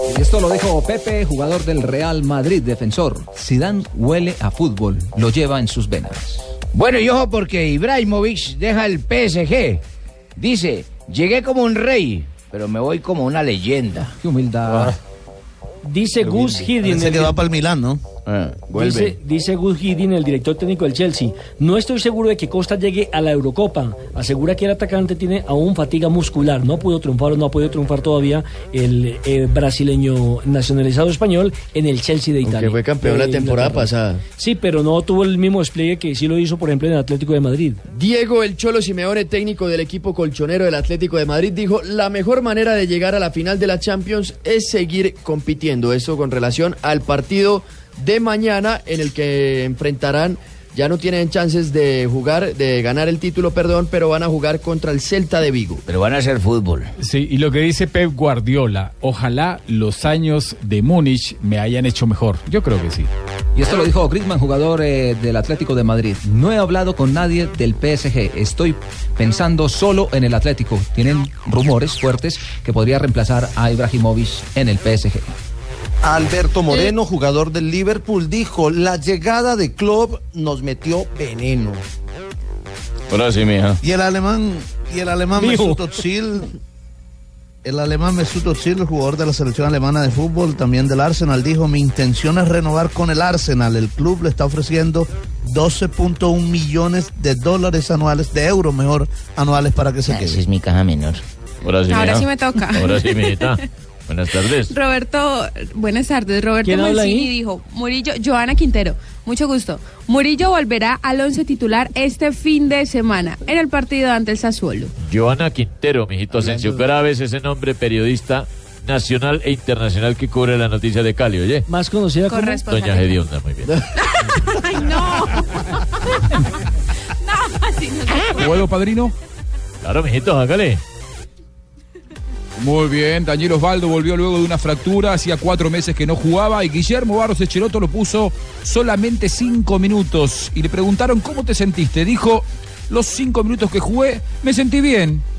Y esto lo dijo Pepe, jugador del Real Madrid, defensor. Zidane huele a fútbol, lo lleva en sus venas. Bueno, y ojo porque Ibrahimovic deja el PSG. Dice, llegué como un rey, pero me voy como una leyenda. Qué humildad. Dice Gus Hiddink. Dice que va para el Milán, ¿no? Dice Gus Hiddink, el director técnico del Chelsea. No estoy seguro de que Costa llegue a la Eurocopa. Asegura que el atacante tiene aún fatiga muscular. No ha podido triunfar todavía el brasileño nacionalizado español en el Chelsea de Italia. Que fue campeón la temporada pasada. Sí, pero no tuvo el mismo despliegue que sí lo hizo, por ejemplo, en el Atlético de Madrid. Diego El Cholo Simeone, técnico del equipo colchonero del Atlético de Madrid, dijo: la mejor manera de llegar a la final de la Champions es seguir compitiendo. Eso con relación al partido de mañana, en el que enfrentarán, ya no tienen chances de ganar el título, pero van a jugar contra el Celta de Vigo. Pero van a hacer fútbol. Sí, y lo que dice Pep Guardiola, ojalá los años de Múnich me hayan hecho mejor. Yo creo que sí. Y esto lo dijo Griezmann, jugador del Atlético de Madrid. No he hablado con nadie del PSG, estoy pensando solo en el Atlético. Tienen rumores fuertes que podría reemplazar a Ibrahimovic en el PSG. Alberto Moreno, jugador del Liverpool, dijo: la llegada de Klopp nos metió veneno. Ahora sí, mija. Y el alemán Mesut Özil, el jugador de la selección alemana de fútbol, también del Arsenal, dijo: mi intención es renovar con el Arsenal. El club le está ofreciendo 12.1 millones de dólares anuales, de euros mejor, anuales, para que se quede. Esa es mi caja menor. Ahora sí me toca. Ahora sí, mijita. Buenas tardes. Buenas tardes. Roberto Mancini dijo: Joana Quintero, mucho gusto. Murillo volverá al 11 titular este fin de semana en el partido ante el Sassuolo. Joana Quintero, mijito Asensio Graves, ese nombre, periodista nacional e internacional que cubre la noticia de Cali, oye. Más conocida como Doña Gedionda, muy bien. Ay, no. No, así no. ¿Puedo, padrino? Claro, mijito, hágale. Muy bien, Daniel Osvaldo volvió luego de una fractura, hacía 4 meses que no jugaba, y Guillermo Barros Echeloto lo puso solamente 5 minutos. Y le preguntaron: ¿cómo te sentiste? Dijo: los 5 minutos que jugué me sentí bien.